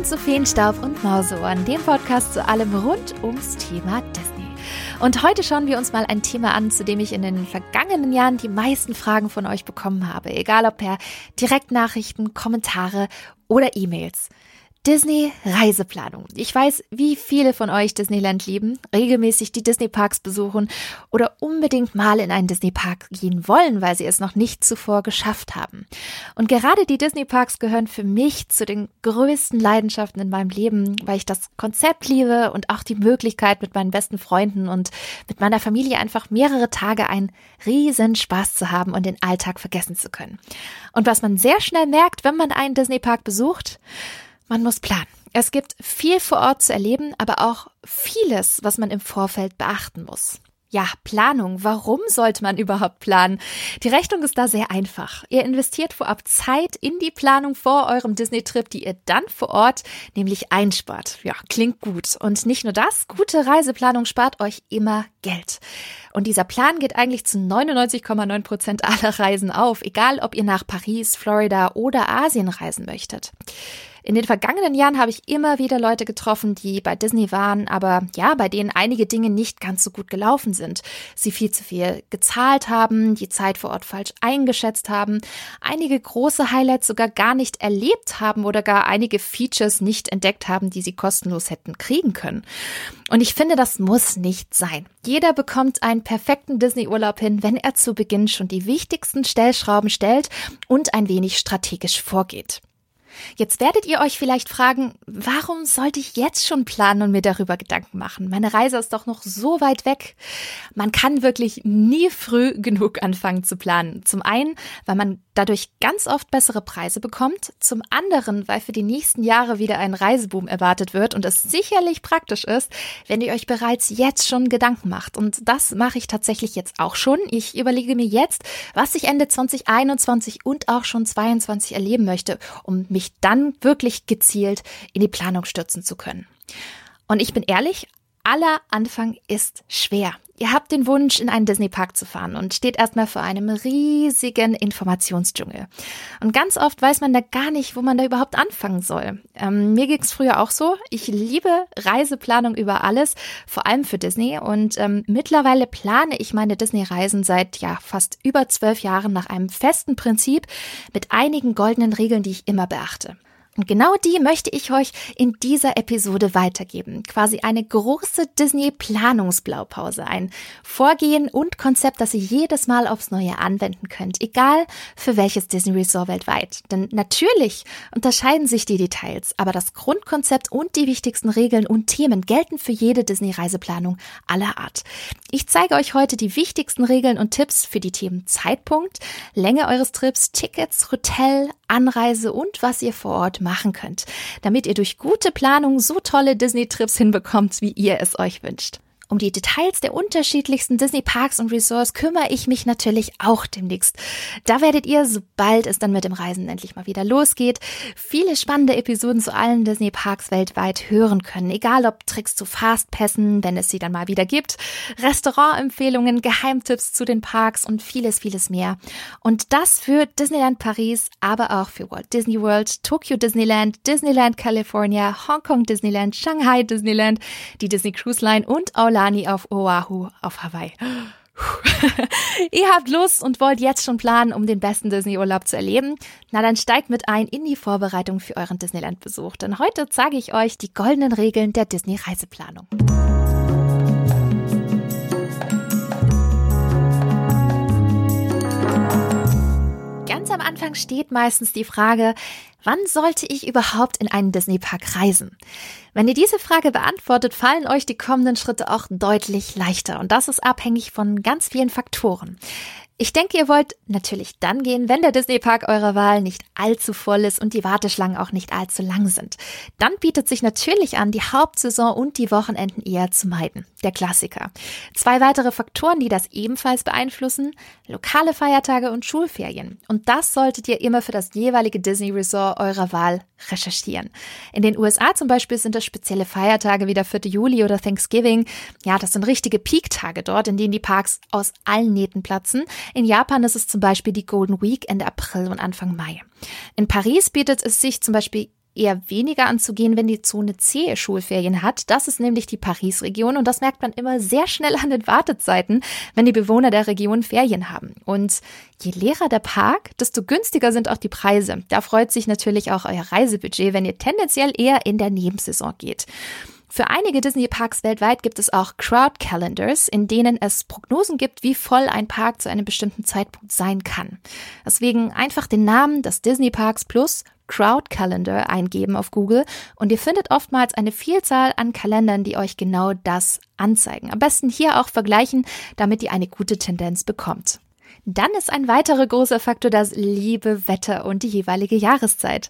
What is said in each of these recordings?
Willkommen zu Feenstaub und Mauseohren, dem Podcast zu allem rund ums Thema Disney. Und heute schauen wir uns mal ein Thema an, zu dem ich in den vergangenen Jahren die meisten Fragen von euch bekommen habe, egal ob per Direktnachrichten, Kommentare oder E-Mails. Disney-Reiseplanung. Ich weiß, wie viele von euch Disneyland lieben, regelmäßig die Disney-Parks besuchen oder unbedingt mal in einen Disney-Park gehen wollen, weil sie es noch nicht zuvor geschafft haben. Und gerade die Disney-Parks gehören für mich zu den größten Leidenschaften in meinem Leben, weil ich das Konzept liebe und auch die Möglichkeit, mit meinen besten Freunden und mit meiner Familie einfach mehrere Tage einen riesen Spaß zu haben und den Alltag vergessen zu können. Und was man sehr schnell merkt, wenn man einen Disney-Park besucht: Man muss planen. Es gibt viel vor Ort zu erleben, aber auch vieles, was man im Vorfeld beachten muss. Ja, Planung. Warum sollte man überhaupt planen? Die Rechnung ist da sehr einfach. Ihr investiert vorab Zeit in die Planung vor eurem Disney-Trip, die ihr dann vor Ort nämlich einspart. Ja, klingt gut. Und nicht nur das, gute Reiseplanung spart euch immer Geld. Und dieser Plan geht eigentlich zu 99,9% aller Reisen auf, egal ob ihr nach Paris, Florida oder Asien reisen möchtet. In den vergangenen Jahren habe ich immer wieder Leute getroffen, die bei Disney waren, aber ja, bei denen einige Dinge nicht ganz so gut gelaufen sind. Sie viel zu viel gezahlt haben, die Zeit vor Ort falsch eingeschätzt haben, einige große Highlights sogar gar nicht erlebt haben oder gar einige Features nicht entdeckt haben, die sie kostenlos hätten kriegen können. Und ich finde, das muss nicht sein. Jeder bekommt einen perfekten Disney-Urlaub hin, wenn er zu Beginn schon die wichtigsten Stellschrauben stellt und ein wenig strategisch vorgeht. Jetzt werdet ihr euch vielleicht fragen, warum sollte ich jetzt schon planen und mir darüber Gedanken machen? Meine Reise ist doch noch so weit weg. Man kann wirklich nie früh genug anfangen zu planen. Zum einen, weil man dadurch ganz oft bessere Preise bekommt. Zum anderen, weil für die nächsten Jahre wieder ein Reiseboom erwartet wird und es sicherlich praktisch ist, wenn ihr euch bereits jetzt schon Gedanken macht. Und das mache ich tatsächlich jetzt auch schon. Ich überlege mir jetzt, was ich Ende 2021 und auch schon 2022 erleben möchte, um mich dann wirklich gezielt in die Planung stürzen zu können. Und ich bin ehrlich, aller Anfang ist schwer. Ihr habt den Wunsch, in einen Disney-Park zu fahren und steht erstmal vor einem riesigen Informationsdschungel. Und ganz oft weiß man da gar nicht, wo man da überhaupt anfangen soll. Mir ging es früher auch so. Ich liebe Reiseplanung über alles, vor allem für Disney. Und mittlerweile plane ich meine Disney-Reisen seit fast über 12 Jahren nach einem festen Prinzip mit einigen goldenen Regeln, die ich immer beachte. Und genau die möchte ich euch in dieser Episode weitergeben. Quasi eine große Disney-Planungsblaupause, ein Vorgehen und Konzept, das ihr jedes Mal aufs Neue anwenden könnt, egal für welches Disney Resort weltweit. Denn natürlich unterscheiden sich die Details, aber das Grundkonzept und die wichtigsten Regeln und Themen gelten für jede Disney-Reiseplanung aller Art. Ich zeige euch heute die wichtigsten Regeln und Tipps für die Themen Zeitpunkt, Länge eures Trips, Tickets, Hotel, Anreise und was ihr vor Ort machen könnt, damit ihr durch gute Planung so tolle Disney-Trips hinbekommt, wie ihr es euch wünscht. Um die Details der unterschiedlichsten Disney-Parks und Resorts kümmere ich mich natürlich auch demnächst. Da werdet ihr, sobald es dann mit dem Reisen endlich mal wieder losgeht, viele spannende Episoden zu allen Disney-Parks weltweit hören können. Egal ob Tricks zu Fastpässen, wenn es sie dann mal wieder gibt, Restaurantempfehlungen, Geheimtipps zu den Parks und vieles, vieles mehr. Und das für Disneyland Paris, aber auch für Walt Disney World, Tokyo Disneyland, Disneyland California, Hongkong Disneyland, Shanghai Disneyland, die Disney Cruise Line und Aulani auf Oahu auf Hawaii. Ihr habt Lust und wollt jetzt schon planen, um den besten Disney-Urlaub zu erleben? Na, dann steigt mit ein in die Vorbereitung für euren Disneyland-Besuch. Denn heute zeige ich euch die goldenen Regeln der Disney-Reiseplanung. Ganz am Anfang steht meistens die Frage, wann sollte ich überhaupt in einen Disney-Park reisen? Wenn ihr diese Frage beantwortet, fallen euch die kommenden Schritte auch deutlich leichter. Und das ist abhängig von ganz vielen Faktoren. Ich denke, ihr wollt natürlich dann gehen, wenn der Disney-Park eurer Wahl nicht allzu voll ist und die Warteschlangen auch nicht allzu lang sind. Dann bietet sich natürlich an, die Hauptsaison und die Wochenenden eher zu meiden. Der Klassiker. 2 weitere Faktoren, die das ebenfalls beeinflussen: lokale Feiertage und Schulferien. Und das solltet ihr immer für das jeweilige Disney-Resort eurer Wahl recherchieren. In den USA zum Beispiel sind das spezielle Feiertage wie der 4. Juli oder Thanksgiving. Ja, das sind richtige Peak-Tage dort, in denen die Parks aus allen Nähten platzen. In Japan ist es zum Beispiel die Golden Week Ende April und Anfang Mai. In Paris bietet es sich zum Beispiel eher weniger anzugehen, wenn die Zone C Schulferien hat. Das ist nämlich die Paris-Region und das merkt man immer sehr schnell an den Wartezeiten, wenn die Bewohner der Region Ferien haben. Und je leerer der Park, desto günstiger sind auch die Preise. Da freut sich natürlich auch euer Reisebudget, wenn ihr tendenziell eher in der Nebensaison geht. Für einige Disney-Parks weltweit gibt es auch Crowd-Calendars, in denen es Prognosen gibt, wie voll ein Park zu einem bestimmten Zeitpunkt sein kann. Deswegen einfach den Namen des Disney-Parks plus Crowd-Calendar eingeben auf Google und ihr findet oftmals eine Vielzahl an Kalendern, die euch genau das anzeigen. Am besten hier auch vergleichen, damit ihr eine gute Tendenz bekommt. Dann ist ein weiterer großer Faktor das liebe Wetter und die jeweilige Jahreszeit.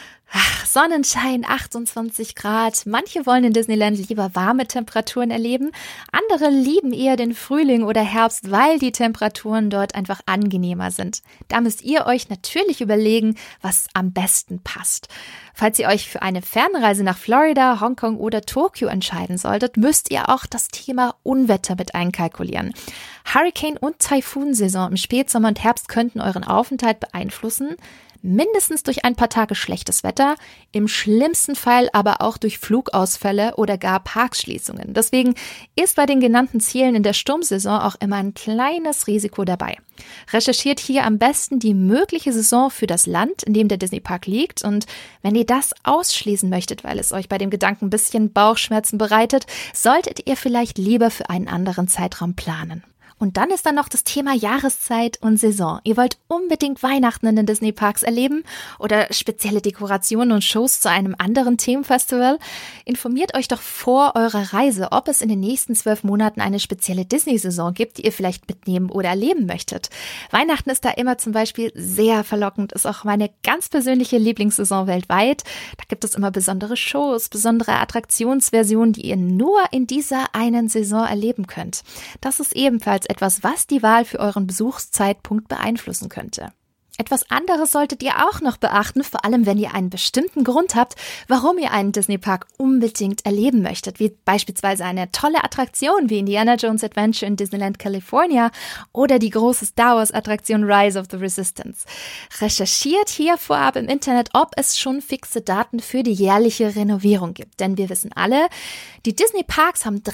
Sonnenschein, 28 Grad. Manche wollen in Disneyland lieber warme Temperaturen erleben. Andere lieben eher den Frühling oder Herbst, weil die Temperaturen dort einfach angenehmer sind. Da müsst ihr euch natürlich überlegen, was am besten passt. Falls ihr euch für eine Fernreise nach Florida, Hongkong oder Tokio entscheiden solltet, müsst ihr auch das Thema Unwetter mit einkalkulieren. Hurricane- und Taifun-Saison im Spätsommer und Herbst könnten euren Aufenthalt beeinflussen. Mindestens durch ein paar Tage schlechtes Wetter, im schlimmsten Fall aber auch durch Flugausfälle oder gar Parkschließungen. Deswegen ist bei den genannten Zielen in der Sturmsaison auch immer ein kleines Risiko dabei. Recherchiert hier am besten die mögliche Saison für das Land, in dem der Disney-Park liegt. Und wenn ihr das ausschließen möchtet, weil es euch bei dem Gedanken ein bisschen Bauchschmerzen bereitet, solltet ihr vielleicht lieber für einen anderen Zeitraum planen. Und dann ist da noch das Thema Jahreszeit und Saison. Ihr wollt unbedingt Weihnachten in den Disney-Parks erleben oder spezielle Dekorationen und Shows zu einem anderen Themenfestival? Informiert euch doch vor eurer Reise, ob es in den nächsten 12 Monaten eine spezielle Disney-Saison gibt, die ihr vielleicht mitnehmen oder erleben möchtet. Weihnachten ist da immer zum Beispiel sehr verlockend, ist auch meine ganz persönliche Lieblingssaison weltweit. Da gibt es immer besondere Shows, besondere Attraktionsversionen, die ihr nur in dieser einen Saison erleben könnt. Das ist ebenfalls etwas, was die Wahl für euren Besuchszeitpunkt beeinflussen könnte. Etwas anderes solltet ihr auch noch beachten, vor allem wenn ihr einen bestimmten Grund habt, warum ihr einen Disney-Park unbedingt erleben möchtet, wie beispielsweise eine tolle Attraktion wie Indiana Jones Adventure in Disneyland California oder die große Star Wars Attraktion Rise of the Resistance. Recherchiert hier vorab im Internet, ob es schon fixe Daten für die jährliche Renovierung gibt, denn wir wissen alle, die Disney-Parks haben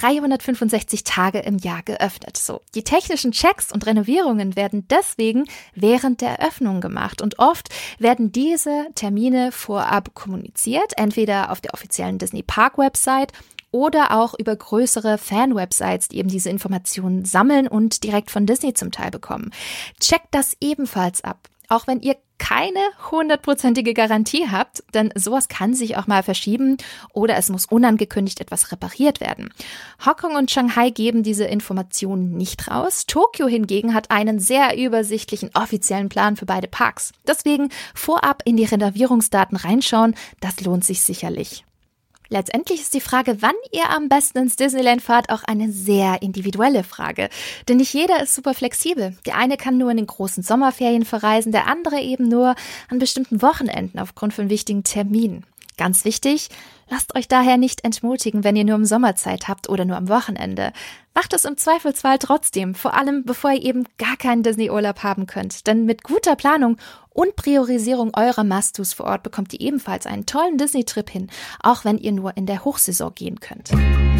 365 Tage im Jahr geöffnet. So, die technischen Checks und Renovierungen werden deswegen während der Eröffnung gemacht und oft werden diese Termine vorab kommuniziert, entweder auf der offiziellen Disney-Park-Website oder auch über größere Fan-Websites, die eben diese Informationen sammeln und direkt von Disney zum Teil bekommen. Checkt das ebenfalls ab, auch wenn ihr keine 100%ige Garantie habt, denn sowas kann sich auch mal verschieben oder es muss unangekündigt etwas repariert werden. Hongkong und Shanghai geben diese Informationen nicht raus. Tokio hingegen hat einen sehr übersichtlichen offiziellen Plan für beide Parks. Deswegen vorab in die Renovierungsdaten reinschauen, das lohnt sich sicherlich. Letztendlich ist die Frage, wann ihr am besten ins Disneyland fahrt, auch eine sehr individuelle Frage. Denn nicht jeder ist super flexibel. Der eine kann nur in den großen Sommerferien verreisen, der andere eben nur an bestimmten Wochenenden aufgrund von wichtigen Terminen. Ganz wichtig, lasst euch daher nicht entmutigen, wenn ihr nur im Sommer Zeit habt oder nur am Wochenende. Macht es im Zweifelsfall trotzdem, vor allem bevor ihr eben gar keinen Disney-Urlaub haben könnt. Denn mit guter Planung und Priorisierung eurer Must-Dos vor Ort bekommt ihr ebenfalls einen tollen Disney-Trip hin, auch wenn ihr nur in der Hochsaison gehen könnt.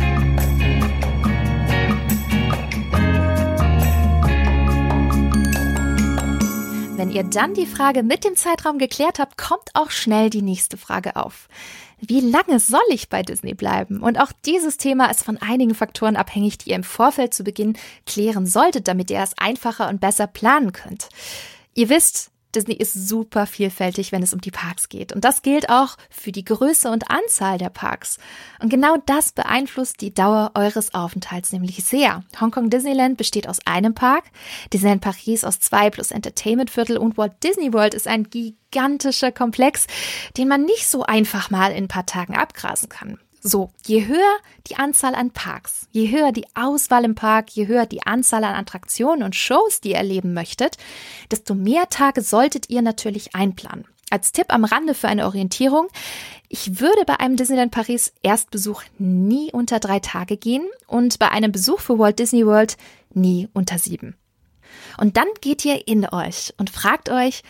Wenn ihr dann die Frage mit dem Zeitraum geklärt habt, kommt auch schnell die nächste Frage auf. Wie lange soll ich bei Disney bleiben? Und auch dieses Thema ist von einigen Faktoren abhängig, die ihr im Vorfeld zu Beginn klären solltet, damit ihr es einfacher und besser planen könnt. Ihr wisst, Disney ist super vielfältig, wenn es um die Parks geht. Und das gilt auch für die Größe und Anzahl der Parks. Und genau das beeinflusst die Dauer eures Aufenthalts nämlich sehr. Hongkong Disneyland besteht aus einem Park, Disneyland Paris aus 2 plus Entertainment-Viertel und Walt Disney World ist ein gigantischer Komplex, den man nicht so einfach mal in ein paar Tagen abgrasen kann. So, je höher die Anzahl an Parks, je höher die Auswahl im Park, je höher die Anzahl an Attraktionen und Shows, die ihr erleben möchtet, desto mehr Tage solltet ihr natürlich einplanen. Als Tipp am Rande für eine Orientierung, ich würde bei einem Disneyland Paris Erstbesuch nie unter 3 Tage gehen und bei einem Besuch für Walt Disney World nie unter 7. Und dann geht ihr in euch und fragt euch,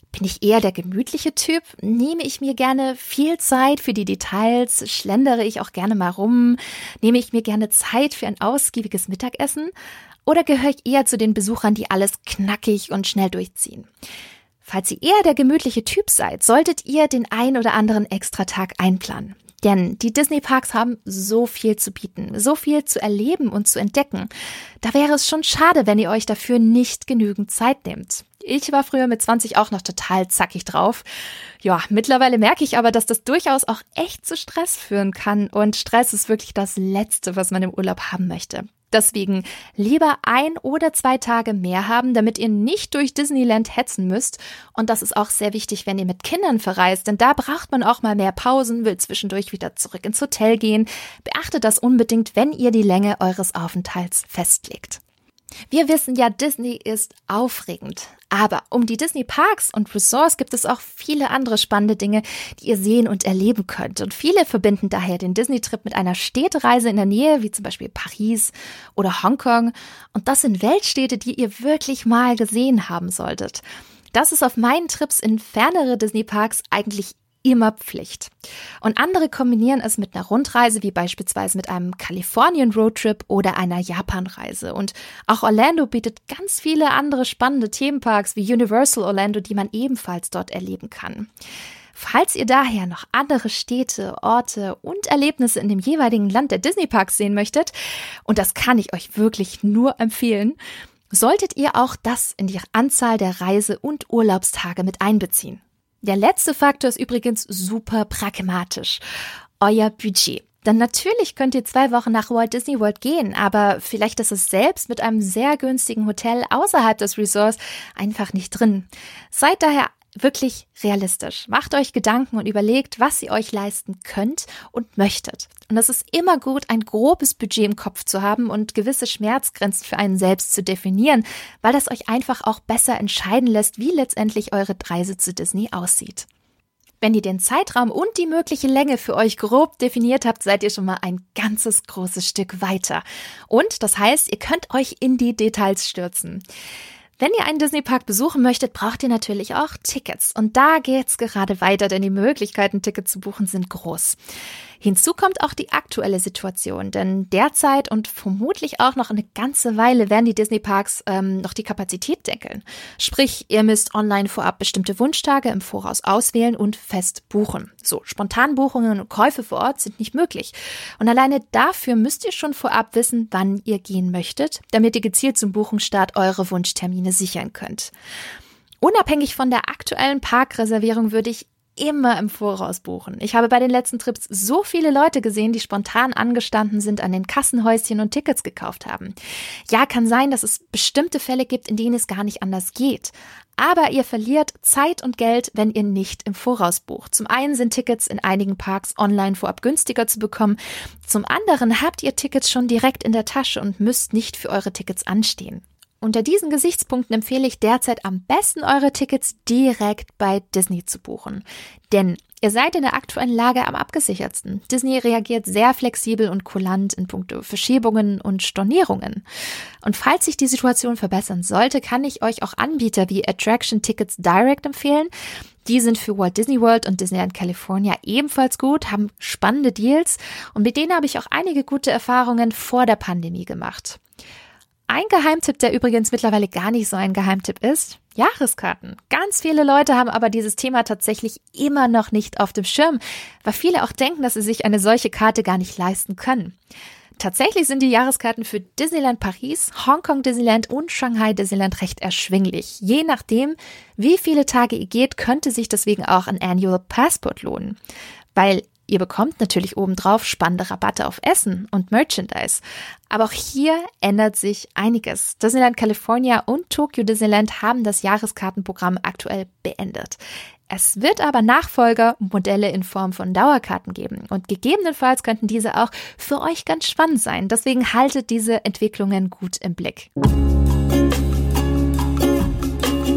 Bin ich eher der gemütliche Typ? Nehme ich mir gerne viel Zeit für die Details? Schlendere ich auch gerne mal rum? Nehme ich mir gerne Zeit für ein ausgiebiges Mittagessen? Oder gehöre ich eher zu den Besuchern, die alles knackig und schnell durchziehen? Falls ihr eher der gemütliche Typ seid, solltet ihr den ein oder anderen Extratag einplanen. Denn die Disney-Parks haben so viel zu bieten, so viel zu erleben und zu entdecken. Da wäre es schon schade, wenn ihr euch dafür nicht genügend Zeit nehmt. Ich war früher mit 20 auch noch total zackig drauf. Ja, mittlerweile merke ich aber, dass das durchaus auch echt zu Stress führen kann. Und Stress ist wirklich das Letzte, was man im Urlaub haben möchte. Deswegen lieber 1 oder 2 Tage mehr haben, damit ihr nicht durch Disneyland hetzen müsst. Und das ist auch sehr wichtig, wenn ihr mit Kindern verreist, denn da braucht man auch mal mehr Pausen, will zwischendurch wieder zurück ins Hotel gehen. Beachtet das unbedingt, wenn ihr die Länge eures Aufenthalts festlegt. Wir wissen ja, Disney ist aufregend. Aber um die Disney-Parks und Resorts gibt es auch viele andere spannende Dinge, die ihr sehen und erleben könnt. Und viele verbinden daher den Disney-Trip mit einer Städtereise in der Nähe, wie zum Beispiel Paris oder Hongkong. Und das sind Weltstädte, die ihr wirklich mal gesehen haben solltet. Das ist auf meinen Trips in fernere Disney-Parks eigentlich immer Pflicht. Und andere kombinieren es mit einer Rundreise, wie beispielsweise mit einem Kalifornien-Roadtrip oder einer Japan-Reise. Und auch Orlando bietet ganz viele andere spannende Themenparks wie Universal Orlando, die man ebenfalls dort erleben kann. Falls ihr daher noch andere Städte, Orte und Erlebnisse in dem jeweiligen Land der Disney-Parks sehen möchtet, und das kann ich euch wirklich nur empfehlen, solltet ihr auch das in die Anzahl der Reise- und Urlaubstage mit einbeziehen. Der letzte Faktor ist übrigens super pragmatisch. Euer Budget. Denn natürlich könnt ihr 2 Wochen nach Walt Disney World gehen, aber vielleicht ist es selbst mit einem sehr günstigen Hotel außerhalb des Resorts einfach nicht drin. Seid daher wirklich realistisch. Macht euch Gedanken und überlegt, was ihr euch leisten könnt und möchtet. Und es ist immer gut, ein grobes Budget im Kopf zu haben und gewisse Schmerzgrenzen für einen selbst zu definieren, weil das euch einfach auch besser entscheiden lässt, wie letztendlich eure Reise zu Disney aussieht. Wenn ihr den Zeitraum und die mögliche Länge für euch grob definiert habt, seid ihr schon mal ein ganzes großes Stück weiter. Und das heißt, ihr könnt euch in die Details stürzen. Wenn ihr einen Disney-Park besuchen möchtet, braucht ihr natürlich auch Tickets. Und da geht's gerade weiter, denn die Möglichkeiten, Tickets zu buchen, sind groß. Hinzu kommt auch die aktuelle Situation, denn derzeit und vermutlich auch noch eine ganze Weile werden die Disney-Parks noch die Kapazität deckeln. Sprich, ihr müsst online vorab bestimmte Wunschtage im Voraus auswählen und fest buchen. So, Spontanbuchungen und Käufe vor Ort sind nicht möglich. Und alleine dafür müsst ihr schon vorab wissen, wann ihr gehen möchtet, damit ihr gezielt zum Buchungsstart eure Wunschtermine sichern könnt. Unabhängig von der aktuellen Parkreservierung würde ich immer im Voraus buchen. Ich habe bei den letzten Trips so viele Leute gesehen, die spontan angestanden sind an den Kassenhäuschen und Tickets gekauft haben. Ja, kann sein, dass es bestimmte Fälle gibt, in denen es gar nicht anders geht. Aber ihr verliert Zeit und Geld, wenn ihr nicht im Voraus bucht. Zum einen sind Tickets in einigen Parks online vorab günstiger zu bekommen. Zum anderen habt ihr Tickets schon direkt in der Tasche und müsst nicht für eure Tickets anstehen. Unter diesen Gesichtspunkten empfehle ich derzeit am besten, eure Tickets direkt bei Disney zu buchen. Denn ihr seid in der aktuellen Lage am abgesichertsten. Disney reagiert sehr flexibel und kulant in puncto Verschiebungen und Stornierungen. Und falls sich die Situation verbessern sollte, kann ich euch auch Anbieter wie Attraction Tickets Direct empfehlen. Die sind für Walt Disney World und Disneyland California ebenfalls gut, haben spannende Deals und mit denen habe ich auch einige gute Erfahrungen vor der Pandemie gemacht. Ein Geheimtipp, der übrigens mittlerweile gar nicht so ein Geheimtipp ist, Jahreskarten. Ganz viele Leute haben aber dieses Thema tatsächlich immer noch nicht auf dem Schirm, weil viele auch denken, dass sie sich eine solche Karte gar nicht leisten können. Tatsächlich sind die Jahreskarten für Disneyland Paris, Hongkong Disneyland und Shanghai Disneyland recht erschwinglich. Je nachdem, wie viele Tage ihr geht, könnte sich deswegen auch ein Annual Passport lohnen. Weil ihr bekommt natürlich obendrauf spannende Rabatte auf Essen und Merchandise. Aber auch hier ändert sich einiges. Disneyland California und Tokyo Disneyland haben das Jahreskartenprogramm aktuell beendet. Es wird aber Nachfolgermodelle in Form von Dauerkarten geben und gegebenenfalls könnten diese auch für euch ganz spannend sein. Deswegen haltet diese Entwicklungen gut im Blick.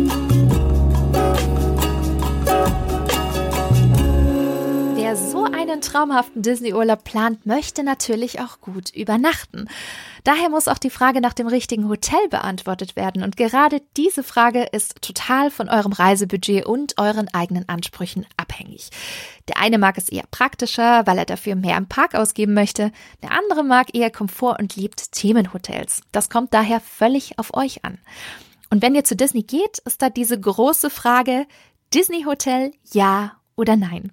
Wer so eine einen traumhaften Disney-Urlaub plant, möchte natürlich auch gut übernachten. Daher muss auch die Frage nach dem richtigen Hotel beantwortet werden. Und gerade diese Frage ist total von eurem Reisebudget und euren eigenen Ansprüchen abhängig. Der eine mag es eher praktischer, weil er dafür mehr im Park ausgeben möchte. Der andere mag eher Komfort und liebt Themenhotels. Das kommt daher völlig auf euch an. Und wenn ihr zu Disney geht, ist da diese große Frage, Disney-Hotel, ja oder nein?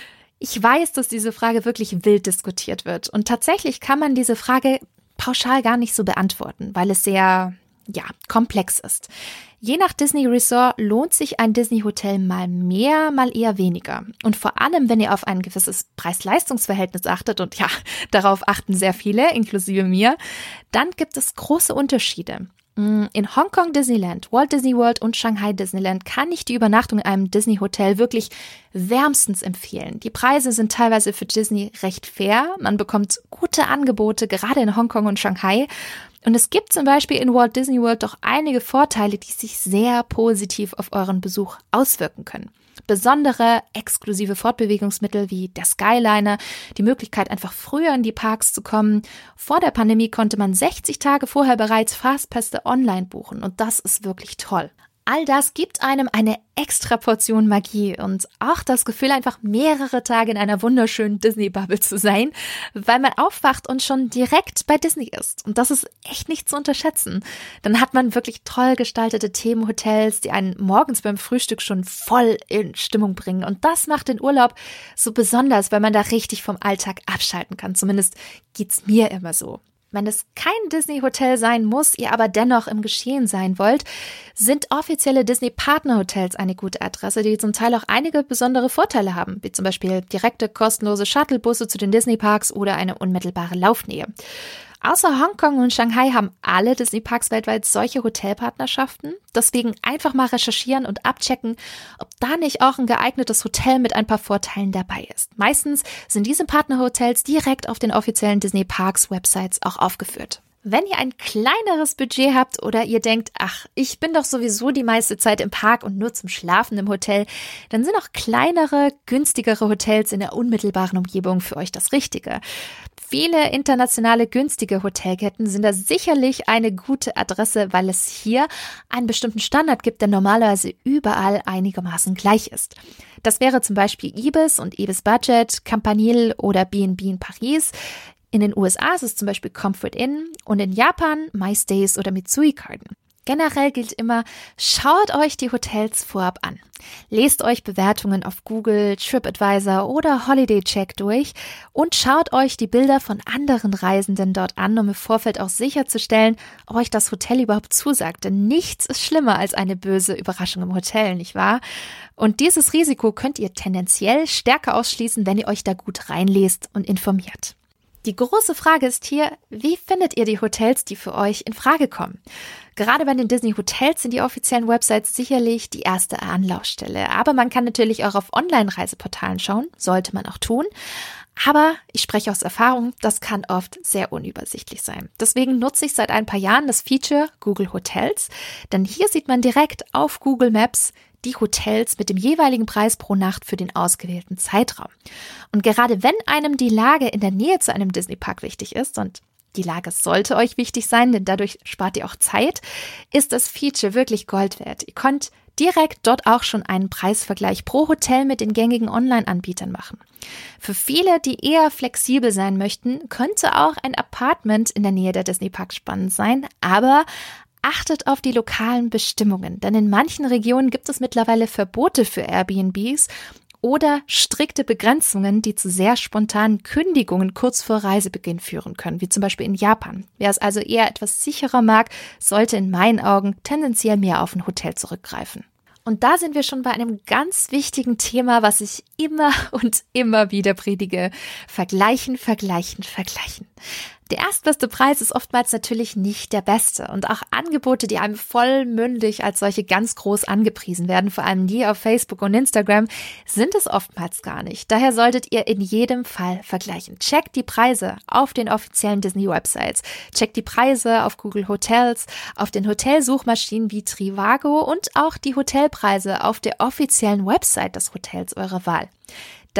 Ich weiß, dass diese Frage wirklich wild diskutiert wird. Und tatsächlich kann man diese Frage pauschal gar nicht so beantworten, weil es sehr, komplex ist. Je nach Disney-Resort lohnt sich ein Disney-Hotel mal mehr, mal eher weniger. Und vor allem, wenn ihr auf ein gewisses Preis-Leistungs-Verhältnis achtet, und darauf achten sehr viele, inklusive mir, dann gibt es große Unterschiede. In Hongkong Disneyland, Walt Disney World und Shanghai Disneyland kann ich die Übernachtung in einem Disney-Hotel wirklich wärmstens empfehlen. Die Preise sind teilweise für Disney recht fair. Man bekommt gute Angebote, gerade in Hongkong und Shanghai. Und es gibt zum Beispiel in Walt Disney World doch einige Vorteile, die sich sehr positiv auf euren Besuch auswirken können. Besondere exklusive Fortbewegungsmittel wie der Skyliner, die Möglichkeit, einfach früher in die Parks zu kommen. Vor der Pandemie konnte man 60 Tage vorher bereits Fastpässe online buchen und das ist wirklich toll. All das gibt einem eine extra Portion Magie und auch das Gefühl, einfach mehrere Tage in einer wunderschönen Disney-Bubble zu sein, weil man aufwacht und schon direkt bei Disney ist. Und das ist echt nicht zu unterschätzen. Dann hat man wirklich toll gestaltete Themenhotels, die einen morgens beim Frühstück schon voll in Stimmung bringen. Und das macht den Urlaub so besonders, weil man da richtig vom Alltag abschalten kann. Zumindest geht's mir immer so. Wenn es kein Disney-Hotel sein muss, ihr aber dennoch im Geschehen sein wollt, sind offizielle Disney-Partner-Hotels eine gute Adresse, die zum Teil auch einige besondere Vorteile haben, wie zum Beispiel direkte kostenlose Shuttlebusse zu den Disney-Parks oder eine unmittelbare Laufnähe. Außer Hongkong und Shanghai haben alle Disney-Parks weltweit solche Hotelpartnerschaften. Deswegen einfach mal recherchieren und abchecken, ob da nicht auch ein geeignetes Hotel mit ein paar Vorteilen dabei ist. Meistens sind diese Partnerhotels direkt auf den offiziellen Disney-Parks-Websites auch aufgeführt. Wenn ihr ein kleineres Budget habt oder ihr denkt, ich bin doch sowieso die meiste Zeit im Park und nur zum Schlafen im Hotel, dann sind auch kleinere, günstigere Hotels in der unmittelbaren Umgebung für euch das Richtige. Viele internationale günstige Hotelketten sind da sicherlich eine gute Adresse, weil es hier einen bestimmten Standard gibt, der normalerweise überall einigermaßen gleich ist. Das wäre zum Beispiel Ibis und Ibis Budget, Campanile oder B&B in Paris. In den USA ist es zum Beispiel Comfort Inn und in Japan MyStays oder Mitsui Garden. Generell gilt immer, schaut euch die Hotels vorab an. Lest euch Bewertungen auf Google, TripAdvisor oder Holiday Check durch und schaut euch die Bilder von anderen Reisenden dort an, um im Vorfeld auch sicherzustellen, ob euch das Hotel überhaupt zusagt. Denn nichts ist schlimmer als eine böse Überraschung im Hotel, nicht wahr? Und dieses Risiko könnt ihr tendenziell stärker ausschließen, wenn ihr euch da gut reinlest und informiert. Die große Frage ist hier, wie findet ihr die Hotels, die für euch in Frage kommen? Gerade bei den Disney-Hotels sind die offiziellen Websites sicherlich die erste Anlaufstelle. Aber man kann natürlich auch auf Online-Reiseportalen schauen, sollte man auch tun. Aber ich spreche aus Erfahrung, das kann oft sehr unübersichtlich sein. Deswegen nutze ich seit ein paar Jahren das Feature Google Hotels, denn hier sieht man direkt auf Google Maps die Hotels mit dem jeweiligen Preis pro Nacht für den ausgewählten Zeitraum. Und gerade wenn einem die Lage in der Nähe zu einem Disney-Park wichtig ist, und die Lage sollte euch wichtig sein, denn dadurch spart ihr auch Zeit, ist das Feature wirklich Gold wert. Ihr könnt direkt dort auch schon einen Preisvergleich pro Hotel mit den gängigen Online-Anbietern machen. Für viele, die eher flexibel sein möchten, könnte auch ein Apartment in der Nähe der Disney-Parks spannend sein, aber achtet auf die lokalen Bestimmungen, denn in manchen Regionen gibt es mittlerweile Verbote für Airbnbs oder strikte Begrenzungen, die zu sehr spontanen Kündigungen kurz vor Reisebeginn führen können, wie zum Beispiel in Japan. Wer es also eher etwas sicherer mag, sollte in meinen Augen tendenziell mehr auf ein Hotel zurückgreifen. Und da sind wir schon bei einem ganz wichtigen Thema, was ich immer und immer wieder predige. Vergleichen, vergleichen, vergleichen. Der erstbeste Preis ist oftmals natürlich nicht der beste und auch Angebote, die einem vollmündig als solche ganz groß angepriesen werden, vor allem die auf Facebook und Instagram, sind es oftmals gar nicht. Daher solltet ihr in jedem Fall vergleichen. Checkt die Preise auf den offiziellen Disney-Websites, checkt die Preise auf Google Hotels, auf den Hotelsuchmaschinen wie Trivago und auch die Hotelpreise auf der offiziellen Website des Hotels eurer Wahl. Dann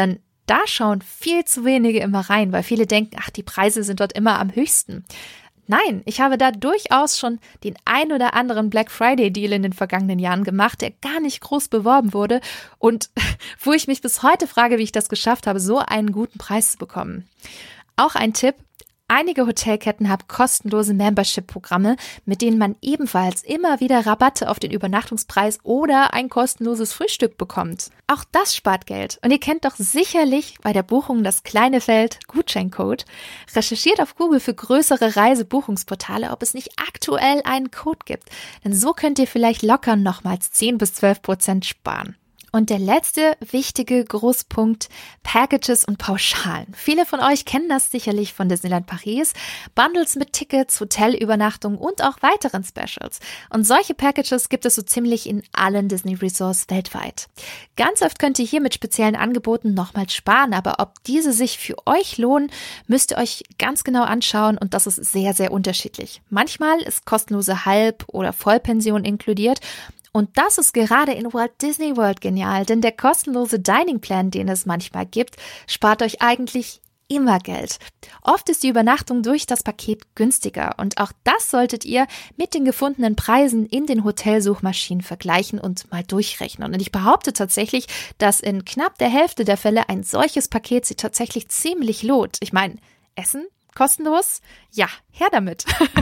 Da schauen viel zu wenige immer rein, weil viele denken, ach, die Preise sind dort immer am höchsten. Nein, ich habe da durchaus schon den ein oder anderen Black Friday Deal in den vergangenen Jahren gemacht, der gar nicht groß beworben wurde und wo ich mich bis heute frage, wie ich das geschafft habe, so einen guten Preis zu bekommen. Auch ein Tipp: Einige Hotelketten haben kostenlose Membership-Programme, mit denen man ebenfalls immer wieder Rabatte auf den Übernachtungspreis oder ein kostenloses Frühstück bekommt. Auch das spart Geld. Und ihr kennt doch sicherlich bei der Buchung das kleine Feld Gutscheincode. Recherchiert auf Google für größere Reisebuchungsportale, ob es nicht aktuell einen Code gibt. Denn so könnt ihr vielleicht locker nochmals 10-12% sparen. Und der letzte wichtige Großpunkt: Packages und Pauschalen. Viele von euch kennen das sicherlich von Disneyland Paris. Bundles mit Tickets, Hotelübernachtungen und auch weiteren Specials. Und solche Packages gibt es so ziemlich in allen Disney Resorts weltweit. Ganz oft könnt ihr hier mit speziellen Angeboten nochmals sparen, aber ob diese sich für euch lohnen, müsst ihr euch ganz genau anschauen und das ist sehr, sehr unterschiedlich. Manchmal ist kostenlose Halb- oder Vollpension inkludiert. Und das ist gerade in Walt Disney World genial, denn der kostenlose Dining Plan, den es manchmal gibt, spart euch eigentlich immer Geld. Oft ist die Übernachtung durch das Paket günstiger und auch das solltet ihr mit den gefundenen Preisen in den Hotelsuchmaschinen vergleichen und mal durchrechnen. Und ich behaupte tatsächlich, dass in knapp der Hälfte der Fälle ein solches Paket sich tatsächlich ziemlich lohnt. Ich meine, Essen kostenlos? Ja, her damit!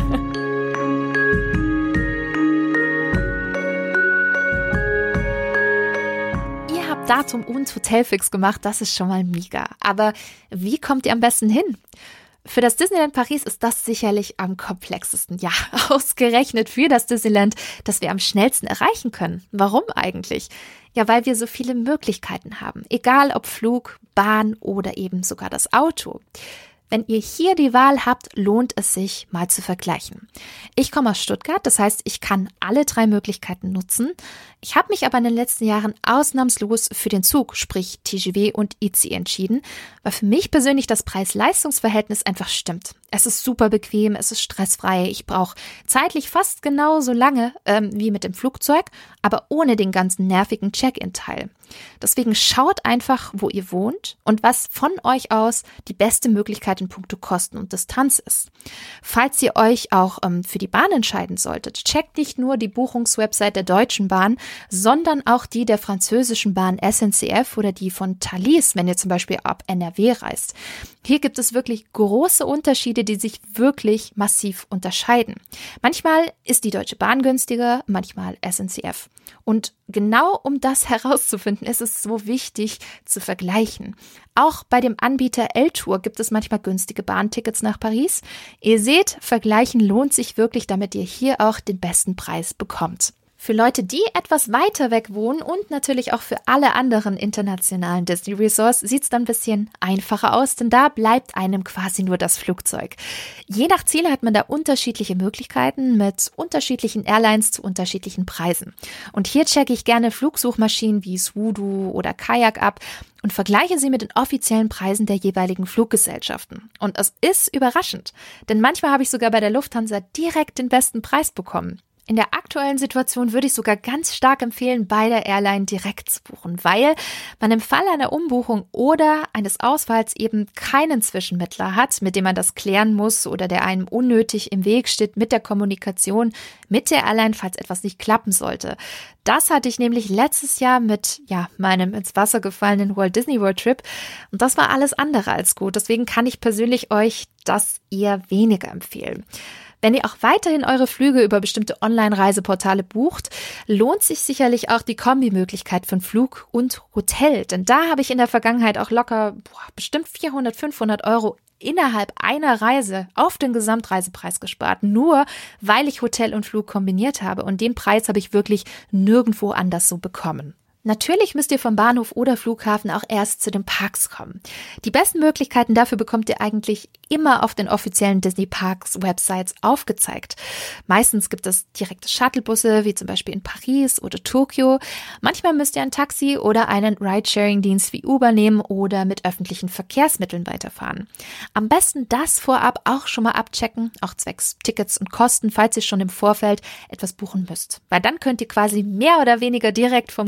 Datum und Hotelfix gemacht, das ist schon mal mega. Aber wie kommt ihr am besten hin? Für das Disneyland Paris ist das sicherlich am komplexesten. Ja, ausgerechnet für das Disneyland, das wir am schnellsten erreichen können. Warum eigentlich? Ja, weil wir so viele Möglichkeiten haben. Egal ob Flug, Bahn oder eben sogar das Auto. Wenn ihr hier die Wahl habt, lohnt es sich, mal zu vergleichen. Ich komme aus Stuttgart, das heißt, ich kann alle 3 Möglichkeiten nutzen. Ich habe mich aber in den letzten Jahren ausnahmslos für den Zug, sprich TGV und ICE entschieden, weil für mich persönlich das Preis-Leistungs-Verhältnis einfach stimmt. Es ist super bequem, es ist stressfrei, ich brauche zeitlich fast genauso lange wie mit dem Flugzeug, aber ohne den ganzen nervigen Check-in-Teil. Deswegen schaut einfach, wo ihr wohnt und was von euch aus die beste Möglichkeit in puncto Kosten und Distanz ist. Falls ihr euch auch für die Bahn entscheiden solltet, checkt nicht nur die Buchungswebsite der Deutschen Bahn, sondern auch die der französischen Bahn SNCF oder die von Thalys, wenn ihr zum Beispiel ab NRW reist. Hier gibt es wirklich große Unterschiede, die sich wirklich massiv unterscheiden. Manchmal ist die Deutsche Bahn günstiger, manchmal SNCF. Und genau um das herauszufinden, ist es so wichtig zu vergleichen. Auch bei dem Anbieter L-Tour gibt es manchmal günstige Bahntickets nach Paris. Ihr seht, vergleichen lohnt sich wirklich, damit ihr hier auch den besten Preis bekommt. Für Leute, die etwas weiter weg wohnen und natürlich auch für alle anderen internationalen Disney Resorts sieht es dann ein bisschen einfacher aus, denn da bleibt einem quasi nur das Flugzeug. Je nach Ziel hat man da unterschiedliche Möglichkeiten mit unterschiedlichen Airlines zu unterschiedlichen Preisen. Und hier checke ich gerne Flugsuchmaschinen wie Swoodoo oder Kayak ab und vergleiche sie mit den offiziellen Preisen der jeweiligen Fluggesellschaften. Und es ist überraschend, denn manchmal habe ich sogar bei der Lufthansa direkt den besten Preis bekommen. In der aktuellen Situation würde ich sogar ganz stark empfehlen, bei der Airline direkt zu buchen, weil man im Fall einer Umbuchung oder eines Ausfalls eben keinen Zwischenmittler hat, mit dem man das klären muss oder der einem unnötig im Weg steht mit der Kommunikation mit der Airline, falls etwas nicht klappen sollte. Das hatte ich nämlich letztes Jahr mit meinem ins Wasser gefallenen Walt Disney World Trip und das war alles andere als gut. Deswegen kann ich persönlich euch das eher weniger empfehlen. Wenn ihr auch weiterhin eure Flüge über bestimmte Online-Reiseportale bucht, lohnt sich sicherlich auch die Kombimöglichkeit von Flug und Hotel. Denn da habe ich in der Vergangenheit auch locker bestimmt 400, 500 Euro innerhalb einer Reise auf den Gesamtreisepreis gespart, nur weil ich Hotel und Flug kombiniert habe. Und den Preis habe ich wirklich nirgendwo anders so bekommen. Natürlich müsst ihr vom Bahnhof oder Flughafen auch erst zu den Parks kommen. Die besten Möglichkeiten dafür bekommt ihr eigentlich immer auf den offiziellen Disney Parks Websites aufgezeigt. Meistens gibt es direkte Shuttlebusse, wie zum Beispiel in Paris oder Tokio. Manchmal müsst ihr ein Taxi oder einen Ridesharing-Dienst wie Uber nehmen oder mit öffentlichen Verkehrsmitteln weiterfahren. Am besten das vorab auch schon mal abchecken, auch zwecks Tickets und Kosten, falls ihr schon im Vorfeld etwas buchen müsst. Weil dann könnt ihr quasi mehr oder weniger direkt vom Gate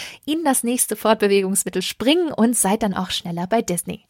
in das nächste Fortbewegungsmittel springen und seid dann auch schneller bei Disney.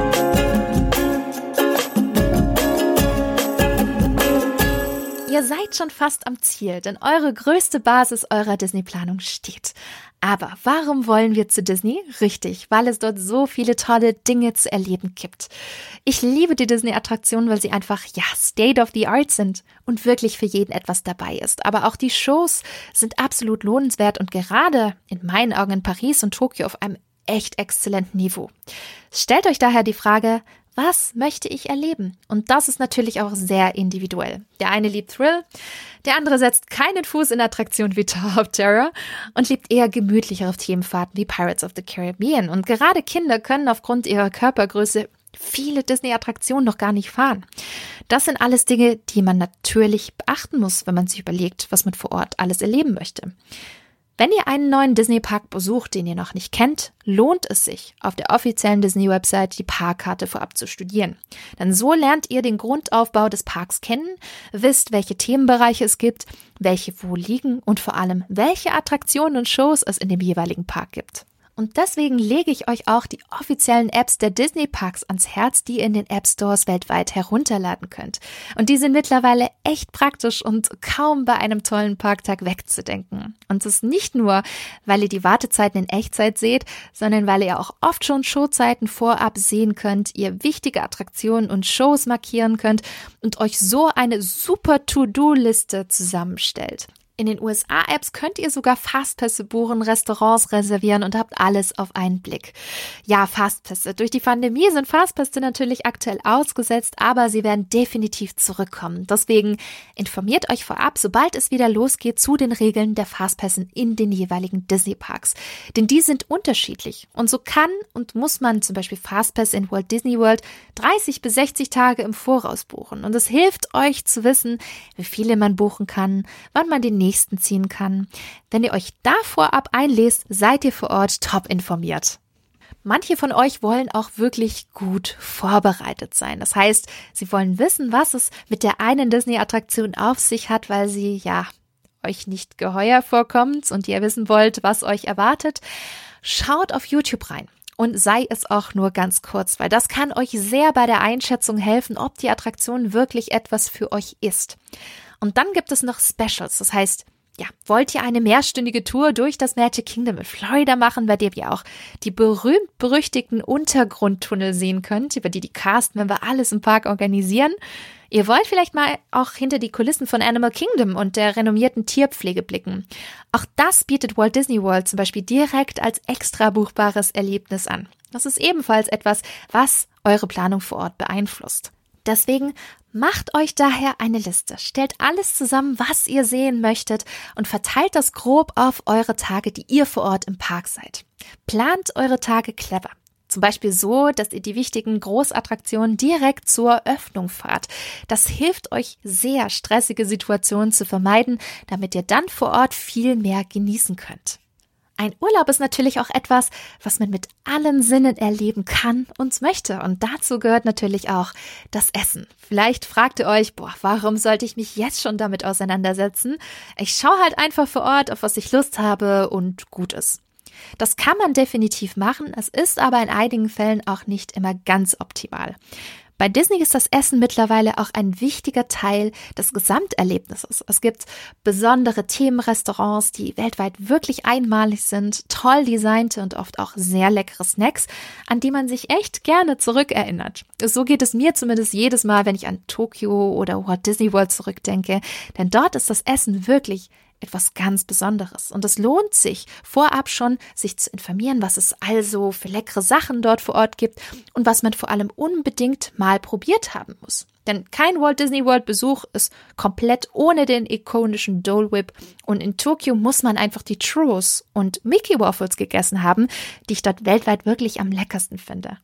Ihr seid schon fast am Ziel, denn eure größte Basis eurer Disney-Planung steht. Aber warum wollen wir zu Disney? Richtig, weil es dort so viele tolle Dinge zu erleben gibt. Ich liebe die Disney-Attraktionen, weil sie einfach, State of the Art sind und wirklich für jeden etwas dabei ist. Aber auch die Shows sind absolut lohnenswert und gerade in meinen Augen in Paris und Tokio auf einem echt exzellenten Niveau. Stellt euch daher die Frage, was möchte ich erleben? Und das ist natürlich auch sehr individuell. Der eine liebt Thrill, der andere setzt keinen Fuß in Attraktionen wie Tower of Terror und liebt eher gemütlichere Themenfahrten wie Pirates of the Caribbean. Und gerade Kinder können aufgrund ihrer Körpergröße viele Disney-Attraktionen noch gar nicht fahren. Das sind alles Dinge, die man natürlich beachten muss, wenn man sich überlegt, was man vor Ort alles erleben möchte. Wenn ihr einen neuen Disney-Park besucht, den ihr noch nicht kennt, lohnt es sich, auf der offiziellen Disney-Website die Parkkarte vorab zu studieren. Denn so lernt ihr den Grundaufbau des Parks kennen, wisst, welche Themenbereiche es gibt, welche wo liegen und vor allem, welche Attraktionen und Shows es in dem jeweiligen Park gibt. Und deswegen lege ich euch auch die offiziellen Apps der Disney-Parks ans Herz, die ihr in den App-Stores weltweit herunterladen könnt. Und die sind mittlerweile echt praktisch und kaum bei einem tollen Parktag wegzudenken. Und das nicht nur, weil ihr die Wartezeiten in Echtzeit seht, sondern weil ihr auch oft schon Showzeiten vorab sehen könnt, ihr wichtige Attraktionen und Shows markieren könnt und euch so eine super To-Do-Liste zusammenstellt. In den USA-Apps könnt ihr sogar Fastpässe buchen, Restaurants reservieren und habt alles auf einen Blick. Ja, Fastpässe. Durch die Pandemie sind Fastpässe natürlich aktuell ausgesetzt, aber sie werden definitiv zurückkommen. Deswegen informiert euch vorab, sobald es wieder losgeht, zu den Regeln der Fastpässe in den jeweiligen Disney-Parks. Denn die sind unterschiedlich. Und so kann und muss man zum Beispiel Fastpässe in Walt Disney World 30 bis 60 Tage im Voraus buchen. Und es hilft euch zu wissen, wie viele man buchen kann, wann man den nächsten ziehen kann. Wenn ihr euch da vorab einlest, seid ihr vor Ort top informiert. Manche von euch wollen auch wirklich gut vorbereitet sein. Das heißt, sie wollen wissen, was es mit der einen Disney-Attraktion auf sich hat, weil sie euch nicht geheuer vorkommt und ihr wissen wollt, was euch erwartet. Schaut auf YouTube rein. Und sei es auch nur ganz kurz, weil das kann euch sehr bei der Einschätzung helfen, ob die Attraktion wirklich etwas für euch ist. Und dann gibt es noch Specials, das heißt, wollt ihr eine mehrstündige Tour durch das Magic Kingdom in Florida machen, bei der ihr auch die berühmt-berüchtigten Untergrundtunnel sehen könnt, über die Cast-Member alles im Park organisieren? Ihr wollt vielleicht mal auch hinter die Kulissen von Animal Kingdom und der renommierten Tierpflege blicken. Auch das bietet Walt Disney World zum Beispiel direkt als extra buchbares Erlebnis an. Das ist ebenfalls etwas, was eure Planung vor Ort beeinflusst. Deswegen macht euch daher eine Liste, stellt alles zusammen, was ihr sehen möchtet und verteilt das grob auf eure Tage, die ihr vor Ort im Park seid. Plant eure Tage clever. Zum Beispiel so, dass ihr die wichtigen Großattraktionen direkt zur Öffnung fahrt. Das hilft euch sehr, stressige Situationen zu vermeiden, damit ihr dann vor Ort viel mehr genießen könnt. Ein Urlaub ist natürlich auch etwas, was man mit allen Sinnen erleben kann und möchte. Und dazu gehört natürlich auch das Essen. Vielleicht fragt ihr euch, warum sollte ich mich jetzt schon damit auseinandersetzen? Ich schaue halt einfach vor Ort, auf was ich Lust habe und gut ist. Das kann man definitiv machen, es ist aber in einigen Fällen auch nicht immer ganz optimal. Bei Disney ist das Essen mittlerweile auch ein wichtiger Teil des Gesamterlebnisses. Es gibt besondere Themenrestaurants, die weltweit wirklich einmalig sind, toll designte und oft auch sehr leckere Snacks, an die man sich echt gerne zurückerinnert. So geht es mir zumindest jedes Mal, wenn ich an Tokio oder Walt Disney World zurückdenke, denn dort ist das Essen wirklich etwas ganz Besonderes. Und es lohnt sich, vorab schon sich zu informieren, was es also für leckere Sachen dort vor Ort gibt und was man vor allem unbedingt mal probiert haben muss. Denn kein Walt Disney World Besuch ist komplett ohne den ikonischen Dole Whip und in Tokio muss man einfach die Churros und Mickey Waffles gegessen haben, die ich dort weltweit wirklich am leckersten finde.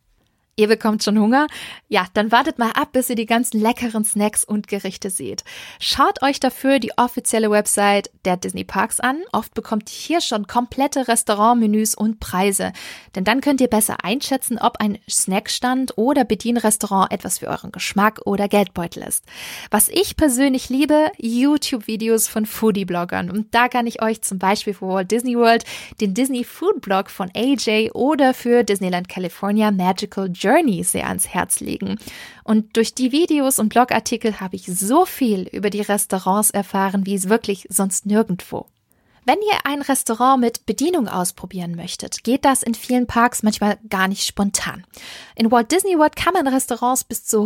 Ihr bekommt schon Hunger? Ja, dann wartet mal ab, bis ihr die ganzen leckeren Snacks und Gerichte seht. Schaut euch dafür die offizielle Website der Disney Parks an. Oft bekommt ihr hier schon komplette Restaurantmenüs und Preise. Denn dann könnt ihr besser einschätzen, ob ein Snackstand oder Bedienrestaurant etwas für euren Geschmack oder Geldbeutel ist. Was ich persönlich liebe, YouTube-Videos von Foodie-Bloggern. Und da kann ich euch zum Beispiel für Walt Disney World den Disney Food Blog von AJ oder für Disneyland California Magical Journey sehr ans Herz legen. Und durch die Videos und Blogartikel habe ich so viel über die Restaurants erfahren, wie es wirklich sonst nirgendwo. Wenn ihr ein Restaurant mit Bedienung ausprobieren möchtet, geht das in vielen Parks manchmal gar nicht spontan. In Walt Disney World kann man Restaurants bis zu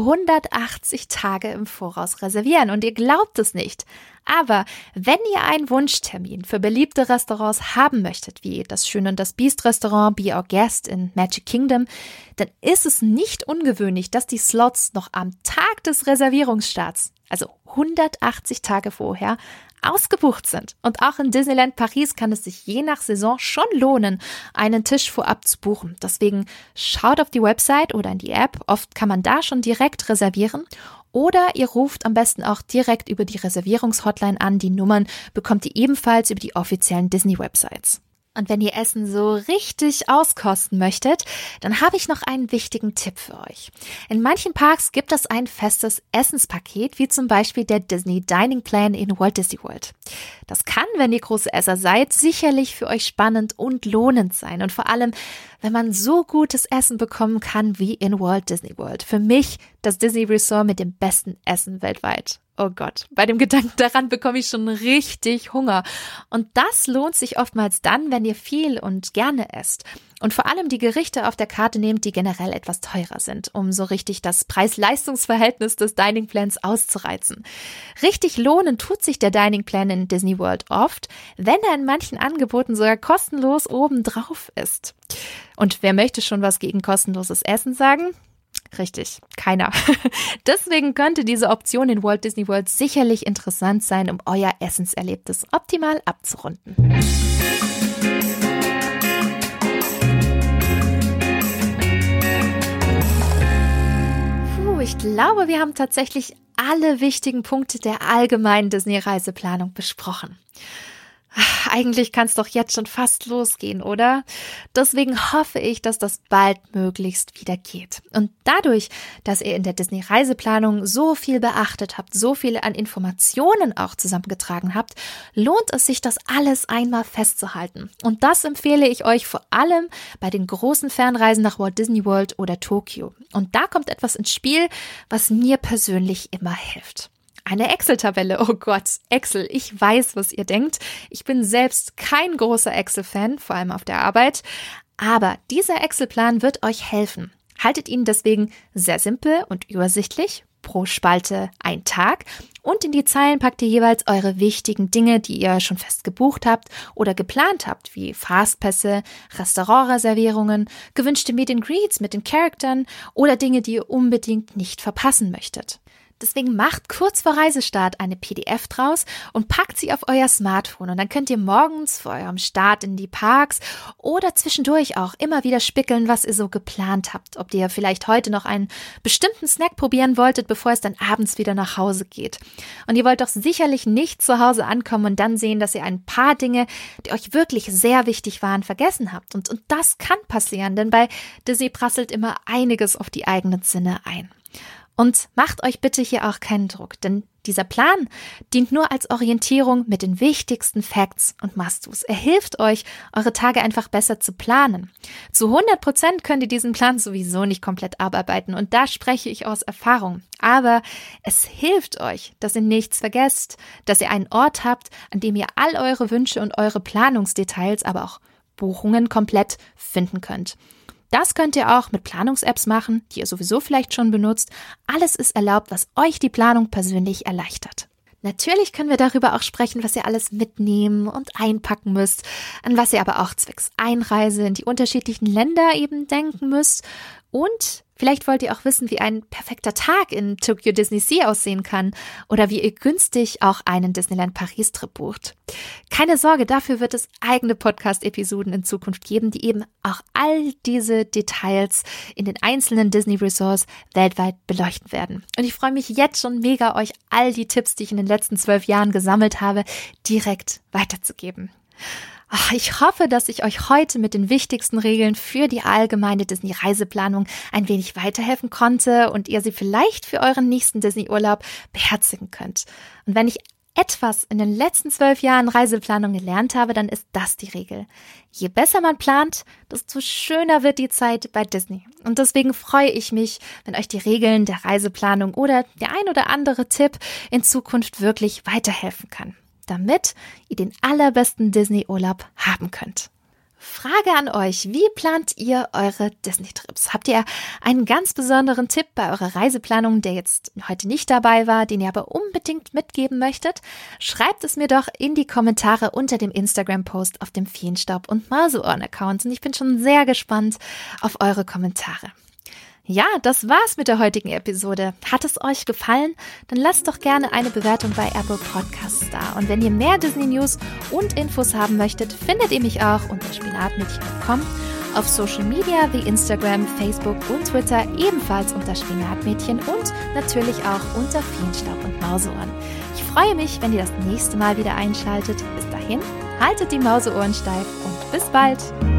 180 Tage im Voraus reservieren und ihr glaubt es nicht. Aber wenn ihr einen Wunschtermin für beliebte Restaurants haben möchtet, wie das Schön und das Biest Restaurant Be Our Guest in Magic Kingdom, dann ist es nicht ungewöhnlich, dass die Slots noch am Tag des Reservierungsstarts, also 180 Tage vorher, ausgebucht sind. Und auch in Disneyland Paris kann es sich je nach Saison schon lohnen, einen Tisch vorab zu buchen. Deswegen schaut auf die Website oder in die App. Oft kann man da schon direkt reservieren. Oder ihr ruft am besten auch direkt über die Reservierungshotline an. Die Nummern bekommt ihr ebenfalls über die offiziellen Disney-Websites. Und wenn ihr Essen so richtig auskosten möchtet, dann habe ich noch einen wichtigen Tipp für euch. In manchen Parks gibt es ein festes Essenspaket, wie zum Beispiel der Disney Dining Plan in Walt Disney World. Das kann, wenn ihr große Esser seid, sicherlich für euch spannend und lohnend sein. Und vor allem, wenn man so gutes Essen bekommen kann wie in Walt Disney World. Für mich das Disney Resort mit dem besten Essen weltweit. Oh Gott, bei dem Gedanken daran bekomme ich schon richtig Hunger. Und das lohnt sich oftmals dann, wenn ihr viel und gerne esst. Und vor allem die Gerichte auf der Karte nehmt, die generell etwas teurer sind, um so richtig das Preis-Leistungs-Verhältnis des Dining Plans auszureizen. Richtig lohnen tut sich der Dining Plan in Disney World oft, wenn er in manchen Angeboten sogar kostenlos obendrauf ist. Und wer möchte schon was gegen kostenloses Essen sagen? Richtig, keiner. Deswegen könnte diese Option in Walt Disney World sicherlich interessant sein, um euer Essenserlebnis optimal abzurunden. Ich glaube, wir haben tatsächlich alle wichtigen Punkte der allgemeinen Disney-Reiseplanung besprochen. Eigentlich kann es doch jetzt schon fast losgehen, oder? Deswegen hoffe ich, dass das baldmöglichst wieder geht. Und dadurch, dass ihr in der Disney-Reiseplanung so viel beachtet habt, so viel an Informationen auch zusammengetragen habt, lohnt es sich, das alles einmal festzuhalten. Und das empfehle ich euch vor allem bei den großen Fernreisen nach Walt Disney World oder Tokio. Und da kommt etwas ins Spiel, was mir persönlich immer hilft. Eine Excel-Tabelle, oh Gott, Excel, ich weiß, was ihr denkt. Ich bin selbst kein großer Excel-Fan, vor allem auf der Arbeit. Aber dieser Excel-Plan wird euch helfen. Haltet ihn deswegen sehr simpel und übersichtlich. Pro Spalte ein Tag. Und in die Zeilen packt ihr jeweils eure wichtigen Dinge, die ihr schon fest gebucht habt oder geplant habt, wie Fastpässe, Restaurantreservierungen, gewünschte Meet and Greets mit den Charakteren oder Dinge, die ihr unbedingt nicht verpassen möchtet. Deswegen macht kurz vor Reisestart eine PDF draus und packt sie auf euer Smartphone. Und dann könnt ihr morgens vor eurem Start in die Parks oder zwischendurch auch immer wieder spickeln, was ihr so geplant habt. Ob ihr vielleicht heute noch einen bestimmten Snack probieren wolltet, bevor es dann abends wieder nach Hause geht. Und ihr wollt doch sicherlich nicht zu Hause ankommen und dann sehen, dass ihr ein paar Dinge, die euch wirklich sehr wichtig waren, vergessen habt. Und das kann passieren, denn bei Disney prasselt immer einiges auf die eigenen Sinne ein. Und macht euch bitte hier auch keinen Druck, denn dieser Plan dient nur als Orientierung mit den wichtigsten Facts und Must-Dos. Er hilft euch, eure Tage einfach besser zu planen. Zu 100% könnt ihr diesen Plan sowieso nicht komplett abarbeiten und da spreche ich aus Erfahrung. Aber es hilft euch, dass ihr nichts vergesst, dass ihr einen Ort habt, an dem ihr all eure Wünsche und eure Planungsdetails, aber auch Buchungen komplett finden könnt. Das könnt ihr auch mit Planungs-Apps machen, die ihr sowieso vielleicht schon benutzt. Alles ist erlaubt, was euch die Planung persönlich erleichtert. Natürlich können wir darüber auch sprechen, was ihr alles mitnehmen und einpacken müsst, an was ihr aber auch zwecks Einreise in die unterschiedlichen Länder eben denken müsst und Vielleicht wollt ihr auch wissen, wie ein perfekter Tag in Tokyo Disney Sea aussehen kann oder wie ihr günstig auch einen Disneyland Paris-Trip bucht. Keine Sorge, dafür wird es eigene Podcast-Episoden in Zukunft geben, die eben auch all diese Details in den einzelnen Disney-Resorts weltweit beleuchten werden. Und ich freue mich jetzt schon mega, euch all die Tipps, die ich in den letzten 12 Jahren gesammelt habe, direkt weiterzugeben. Ich hoffe, dass ich euch heute mit den wichtigsten Regeln für die allgemeine Disney-Reiseplanung ein wenig weiterhelfen konnte und ihr sie vielleicht für euren nächsten Disney-Urlaub beherzigen könnt. Und wenn ich etwas in den letzten 12 Jahren Reiseplanung gelernt habe, dann ist das die Regel. Je besser man plant, desto schöner wird die Zeit bei Disney. Und deswegen freue ich mich, wenn euch die Regeln der Reiseplanung oder der ein oder andere Tipp in Zukunft wirklich weiterhelfen kann, damit ihr den allerbesten Disney-Urlaub haben könnt. Frage an euch, wie plant ihr eure Disney-Trips? Habt ihr einen ganz besonderen Tipp bei eurer Reiseplanung, der jetzt heute nicht dabei war, den ihr aber unbedingt mitgeben möchtet? Schreibt es mir doch in die Kommentare unter dem Instagram-Post auf dem Feenstaub- und Mauseohren-Account und ich bin schon sehr gespannt auf eure Kommentare. Ja, das war's mit der heutigen Episode. Hat es euch gefallen? Dann lasst doch gerne eine Bewertung bei Apple Podcasts da. Und wenn ihr mehr Disney News und Infos haben möchtet, findet ihr mich auch unter spinatmädchen.com, auf Social Media wie Instagram, Facebook und Twitter ebenfalls unter Spinatmädchen und natürlich auch unter Feenstaub und Mauseohren. Ich freue mich, wenn ihr das nächste Mal wieder einschaltet. Bis dahin, haltet die Mauseohren steif und bis bald!